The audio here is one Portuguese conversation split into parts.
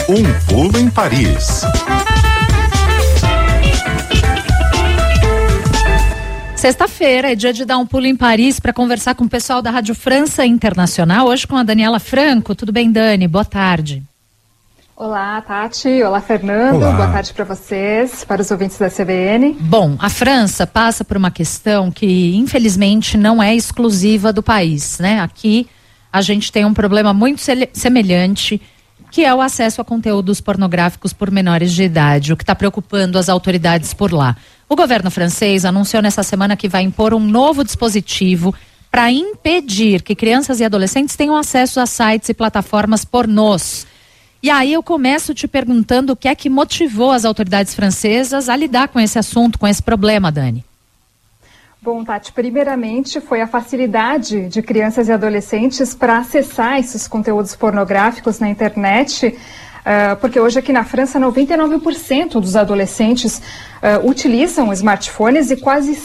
Um pulo em Paris. Sexta-feira é dia de dar um pulo em Paris para conversar com o pessoal da Rádio França Internacional, hoje com a Daniela Franco. Tudo bem, Dani? Boa tarde. Olá, Tati. Olá, Fernando. Olá. Boa tarde para vocês, para os ouvintes da CBN. Bom, a França passa por uma questão que, infelizmente, não é exclusiva do país, né? Aqui a gente tem um problema muito semelhante, que é o acesso a conteúdos pornográficos por menores de idade, o que está preocupando as autoridades por lá. O governo francês anunciou nessa semana que vai impor um novo dispositivo para impedir que crianças e adolescentes tenham acesso a sites e plataformas pornôs. E aí eu começo te perguntando o que é que motivou as autoridades francesas a lidar com esse assunto, com esse problema, Dani. Bom, Tati, primeiramente foi a facilidade de crianças e adolescentes para acessar esses conteúdos pornográficos na internet, porque hoje aqui na França 99% dos adolescentes utilizam smartphones e quase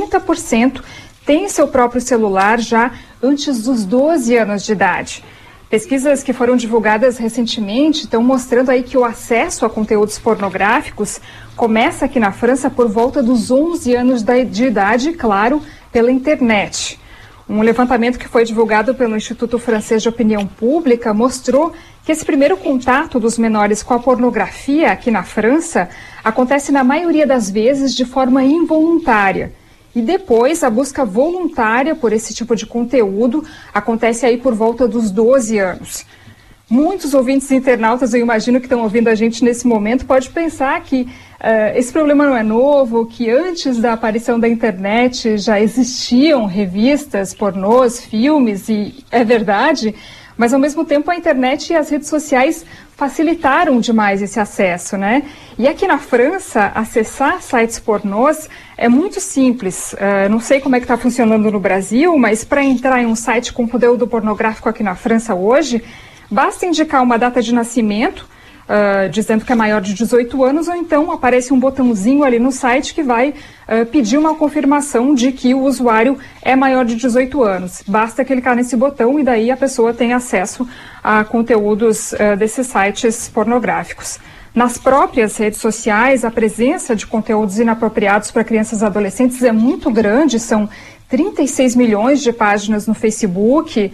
60% têm seu próprio celular já antes dos 12 anos de idade. Pesquisas que foram divulgadas recentemente estão mostrando aí que o acesso a conteúdos pornográficos começa aqui na França por volta dos 11 anos de idade, claro, pela internet. Um levantamento que foi divulgado pelo Instituto Francês de Opinião Pública mostrou que esse primeiro contato dos menores com a pornografia aqui na França acontece na maioria das vezes de forma involuntária. E depois a busca voluntária por esse tipo de conteúdo acontece aí por volta dos 12 anos. Muitos ouvintes internautas, eu imagino que estão ouvindo a gente nesse momento, pode pensar que esse problema não é novo, que antes da aparição da internet já existiam revistas, pornôs, filmes, e é verdade, mas ao mesmo tempo a internet e as redes sociais facilitaram demais esse acesso, né? E aqui na França, acessar sites pornôs é muito simples. Não sei como é que está funcionando no Brasil, mas para entrar em um site com conteúdo pornográfico aqui na França hoje, basta indicar uma data de nascimento, dizendo que é maior de 18 anos, ou então aparece um botãozinho ali no site que vai pedir uma confirmação de que o usuário é maior de 18 anos. Basta clicar nesse botão e daí a pessoa tem acesso a conteúdos desses sites pornográficos. Nas próprias redes sociais, a presença de conteúdos inapropriados para crianças e adolescentes é muito grande, são 36 milhões de páginas no Facebook,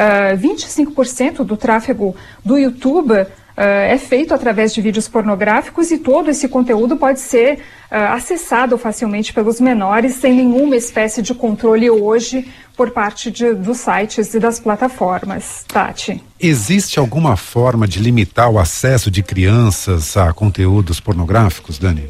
25% do tráfego do YouTube é feito através de vídeos pornográficos e todo esse conteúdo pode ser acessado facilmente pelos menores sem nenhuma espécie de controle hoje por parte dos sites e das plataformas. Tati. Existe alguma forma de limitar o acesso de crianças a conteúdos pornográficos, Dani?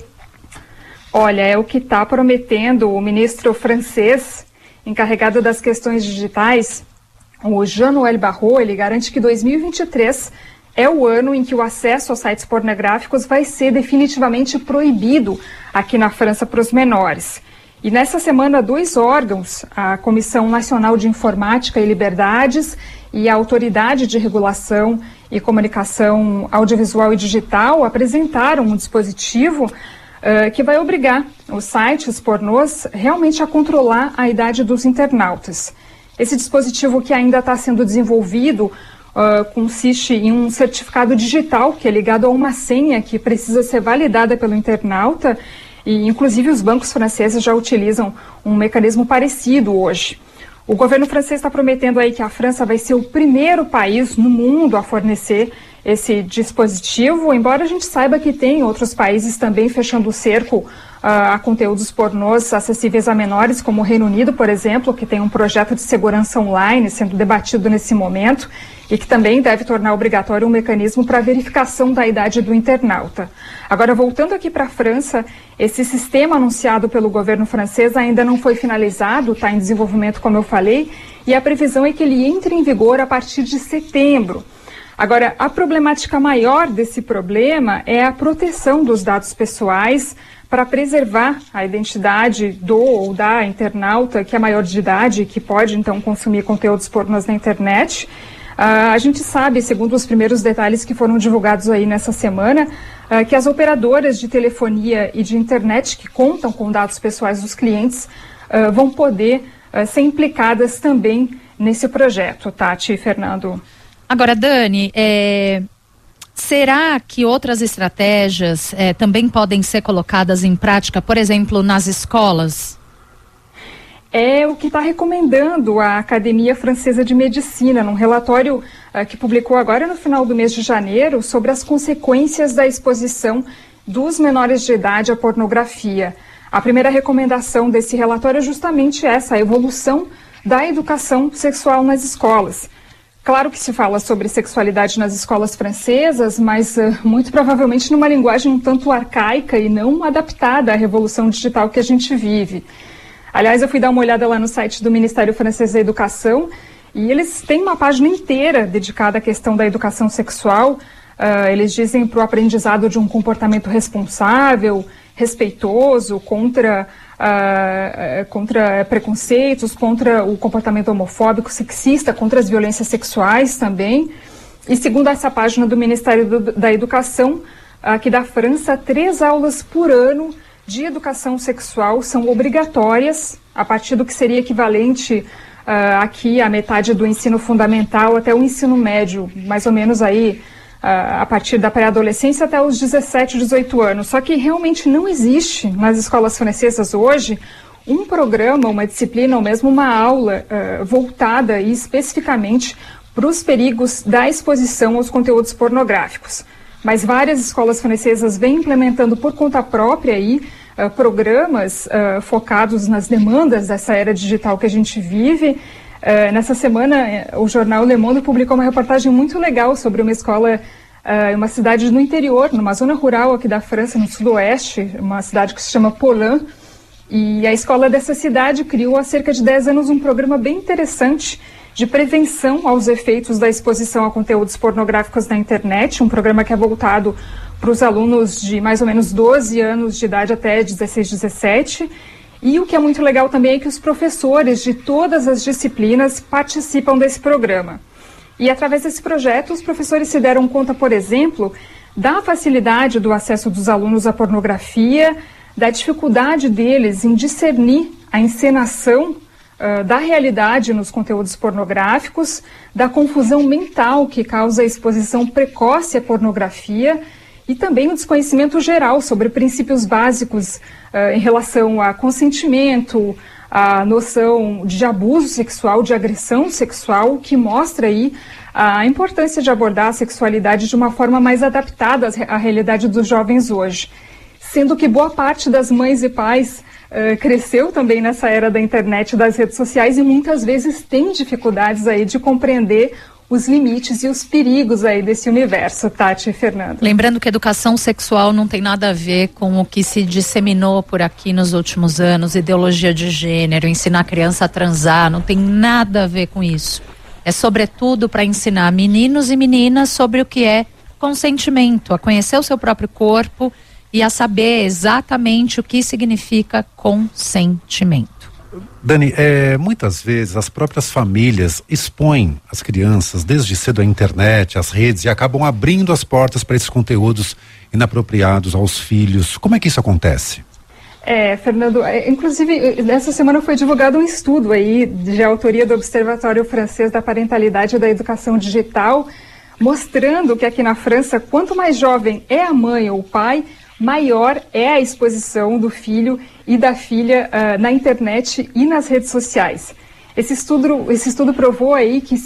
Olha, é o que está prometendo o ministro francês encarregado das questões digitais, o Jean-Noël Barrot. Ele garante que 2023 é o ano em que o acesso aos sites pornográficos vai ser definitivamente proibido aqui na França para os menores. E nessa semana, 2 órgãos, a Comissão Nacional de Informática e Liberdades e a Autoridade de Regulação e Comunicação Audiovisual e Digital, apresentaram um dispositivo que vai obrigar os sites pornôs realmente a controlar a idade dos internautas. Esse dispositivo, que ainda está sendo desenvolvido, consiste em um certificado digital que é ligado a uma senha que precisa ser validada pelo internauta e, inclusive, os bancos franceses já utilizam um mecanismo parecido hoje. O governo francês está prometendo aí que a França vai ser o primeiro país no mundo a fornecer esse dispositivo, embora a gente saiba que tem outros países também fechando o cerco a conteúdos pornôs acessíveis a menores, como o Reino Unido, por exemplo, que tem um projeto de segurança online sendo debatido nesse momento e que também deve tornar obrigatório um mecanismo para verificação da idade do internauta. Agora, voltando aqui para a França, esse sistema anunciado pelo governo francês ainda não foi finalizado, está em desenvolvimento, como eu falei, e a previsão é que ele entre em vigor a partir de setembro. Agora, a problemática maior desse problema é a proteção dos dados pessoais para preservar a identidade do ou da internauta que é maior de idade e que pode, então, consumir conteúdos pornôs na internet. A gente sabe, segundo os primeiros detalhes que foram divulgados aí nessa semana, que as operadoras de telefonia e de internet que contam com dados pessoais dos clientes vão poder ser implicadas também nesse projeto, Tati e Fernando. Agora, Dani, Será que outras estratégias também podem ser colocadas em prática, por exemplo, nas escolas? É o que está recomendando a Academia Francesa de Medicina, num relatório que publicou agora no final do mês de janeiro sobre as consequências da exposição dos menores de idade à pornografia. A primeira recomendação desse relatório é justamente essa, a evolução da educação sexual nas escolas. Claro que se fala sobre sexualidade nas escolas francesas, mas muito provavelmente numa linguagem um tanto arcaica e não adaptada à revolução digital que a gente vive. Aliás, eu fui dar uma olhada lá no site do Ministério Francês da Educação e eles têm uma página inteira dedicada à questão da educação sexual. Eles dizem para o aprendizado de um comportamento responsável, respeitoso, contra preconceitos, contra o comportamento homofóbico, sexista, contra as violências sexuais também. E segundo essa página do Ministério da Educação, aqui da França, 3 aulas por ano de educação sexual são obrigatórias, a partir do que seria equivalente aqui à metade do ensino fundamental até o ensino médio, mais ou menos aí a partir da pré-adolescência até os 17, 18 anos. Só que realmente não existe nas escolas francesas hoje um programa, uma disciplina ou mesmo uma aula voltada especificamente para os perigos da exposição aos conteúdos pornográficos. Mas várias escolas francesas vêm implementando por conta própria aí programas focados nas demandas dessa era digital que a gente vive. Nessa semana, o jornal Le Monde publicou uma reportagem muito legal sobre uma escola em uma cidade no interior, numa zona rural aqui da França, no sudoeste, uma cidade que se chama Paulin. E a escola dessa cidade criou há cerca de 10 anos um programa bem interessante de prevenção aos efeitos da exposição a conteúdos pornográficos na internet, um programa que é voltado para os alunos de mais ou menos 12 anos de idade até 16, 17. E o que é muito legal também é que os professores de todas as disciplinas participam desse programa. E através desse projeto, os professores se deram conta, por exemplo, da facilidade do acesso dos alunos à pornografia, da dificuldade deles em discernir a encenação da realidade nos conteúdos pornográficos, da confusão mental que causa a exposição precoce à pornografia e também o desconhecimento geral sobre princípios básicos em relação a consentimento, a noção de abuso sexual, de agressão sexual, que mostra aí a importância de abordar a sexualidade de uma forma mais adaptada à realidade dos jovens hoje. Sendo que boa parte das mães e pais cresceu também nessa era da internet e das redes sociais e muitas vezes tem dificuldades aí de compreender os limites e os perigos aí desse universo, Tati e Fernando. Lembrando que educação sexual não tem nada a ver com o que se disseminou por aqui nos últimos anos, ideologia de gênero, ensinar a criança a transar, não tem nada a ver com isso. É sobretudo para ensinar meninos e meninas sobre o que é consentimento, a conhecer o seu próprio corpo e a saber exatamente o que significa consentimento. Dani, muitas vezes as próprias famílias expõem as crianças desde cedo à internet, às redes e acabam abrindo as portas para esses conteúdos inapropriados aos filhos. Como é que isso acontece? Fernando, inclusive nessa semana foi divulgado um estudo aí de autoria do Observatório Francês da Parentalidade e da Educação Digital, mostrando que aqui na França, quanto mais jovem é a mãe ou o pai, maior é a exposição do filho e da filha na internet e nas redes sociais. Esse estudo provou aí que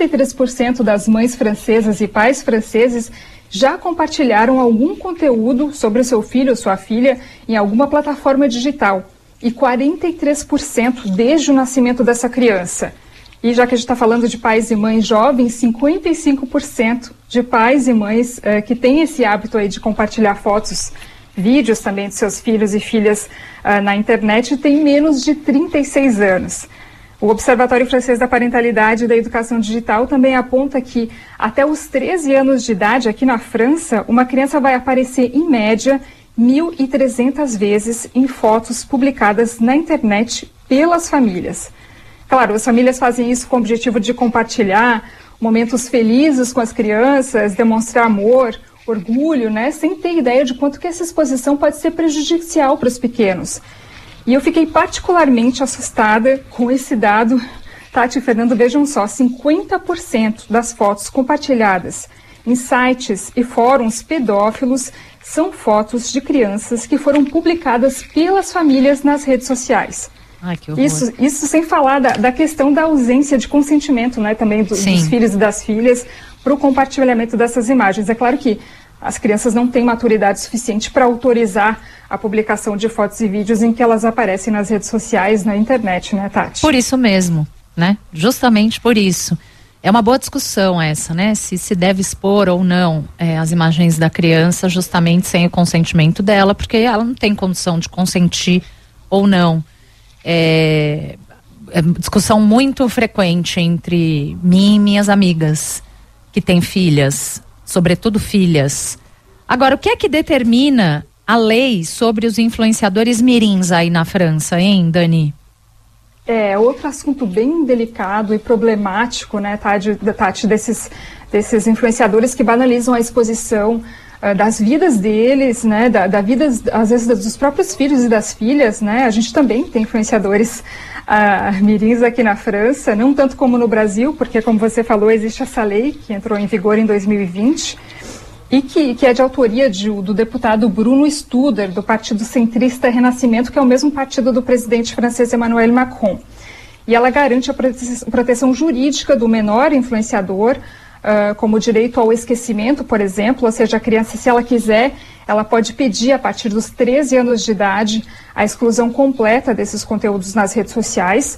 53% das mães francesas e pais franceses já compartilharam algum conteúdo sobre o seu filho ou sua filha em alguma plataforma digital e 43% desde o nascimento dessa criança. E já que a gente está falando de pais e mães jovens, 55% de pais e mães que têm esse hábito aí de compartilhar fotos, vídeos também de seus filhos e filhas na internet têm menos de 36 anos. O Observatório Francês da Parentalidade e da Educação Digital também aponta que até os 13 anos de idade aqui na França, uma criança vai aparecer em média 1.300 vezes em fotos publicadas na internet pelas famílias. Claro, as famílias fazem isso com o objetivo de compartilhar momentos felizes com as crianças, demonstrar amor, orgulho, né? Sem ter ideia de quanto que essa exposição pode ser prejudicial para os pequenos. E eu fiquei particularmente assustada com esse dado. Tati e Fernando, vejam só, 50% das fotos compartilhadas em sites e fóruns pedófilos são fotos de crianças que foram publicadas pelas famílias nas redes sociais. Ai, que horror. Isso sem falar da questão da ausência de consentimento, né, também dos filhos e das filhas para o compartilhamento dessas imagens. É claro que as crianças não têm maturidade suficiente para autorizar a publicação de fotos e vídeos em que elas aparecem nas redes sociais, na internet, né, Tati? Por isso mesmo, né? Justamente por isso. É uma boa discussão essa, né? Se deve expor ou não as imagens da criança, justamente sem o consentimento dela, porque ela não tem condição de consentir ou não. É discussão muito frequente entre mim e minhas amigas que têm filhas, sobretudo filhas. Agora, o que é que determina a lei sobre os influenciadores mirins aí na França, hein, Dani? É outro assunto bem delicado e problemático, né, Tati, desses influenciadores que banalizam a exposição das vidas deles, né, da vida, às vezes, dos próprios filhos e das filhas, né. A gente também tem influenciadores mirins aqui na França, não tanto como no Brasil, porque, como você falou, existe essa lei que entrou em vigor em 2020 e que é de autoria do deputado Bruno Studer, do Partido Centrista Renascimento, que é o mesmo partido do presidente francês Emmanuel Macron. E ela garante a proteção jurídica do menor influenciador, como o direito ao esquecimento, por exemplo, ou seja, a criança, se ela quiser, ela pode pedir, a partir dos 13 anos de idade, a exclusão completa desses conteúdos nas redes sociais.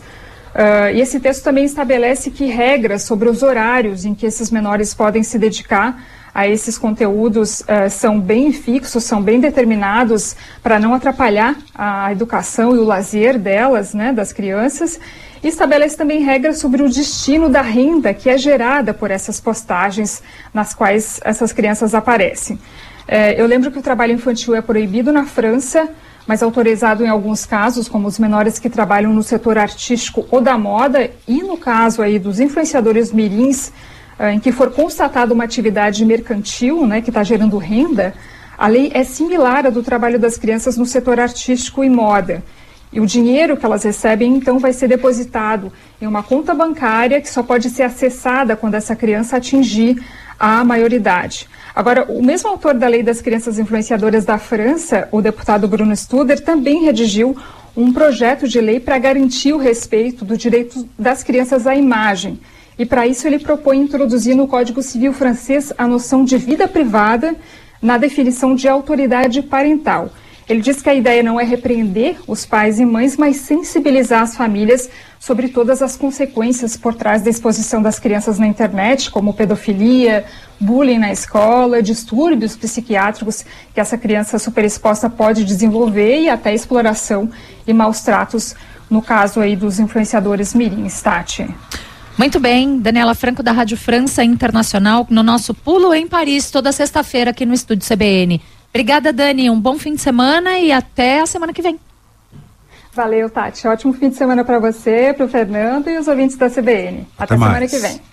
E esse texto também estabelece que regras sobre os horários em que esses menores podem se dedicar a esses conteúdos são bem fixos, são bem determinados para não atrapalhar a educação e o lazer delas, né, das crianças. E estabelece também regras sobre o destino da renda que é gerada por essas postagens nas quais essas crianças aparecem. Eu lembro que o trabalho infantil é proibido na França, mas autorizado em alguns casos, como os menores que trabalham no setor artístico ou da moda, e no caso aí dos influenciadores mirins, em que for constatada uma atividade mercantil, né, que está gerando renda, a lei é similar à do trabalho das crianças no setor artístico e moda. E o dinheiro que elas recebem, então, vai ser depositado em uma conta bancária que só pode ser acessada quando essa criança atingir a maioridade. Agora, o mesmo autor da Lei das Crianças Influenciadoras da França, o deputado Bruno Studer, também redigiu um projeto de lei para garantir o respeito do direito das crianças à imagem. E para isso ele propõe introduzir no Código Civil francês a noção de vida privada na definição de autoridade parental. Ele diz que a ideia não é repreender os pais e mães, mas sensibilizar as famílias sobre todas as consequências por trás da exposição das crianças na internet, como pedofilia, bullying na escola, distúrbios psiquiátricos que essa criança superexposta pode desenvolver e até exploração e maus tratos, no caso aí dos influenciadores mirins, Tati. Muito bem, Daniela Franco da Rádio França Internacional no nosso Pulo em Paris, toda sexta-feira aqui no Estúdio CBN. Obrigada, Dani, um bom fim de semana e até a semana que vem. Valeu, Tati, ótimo fim de semana para você, para o Fernando e os ouvintes da CBN. Até semana que vem.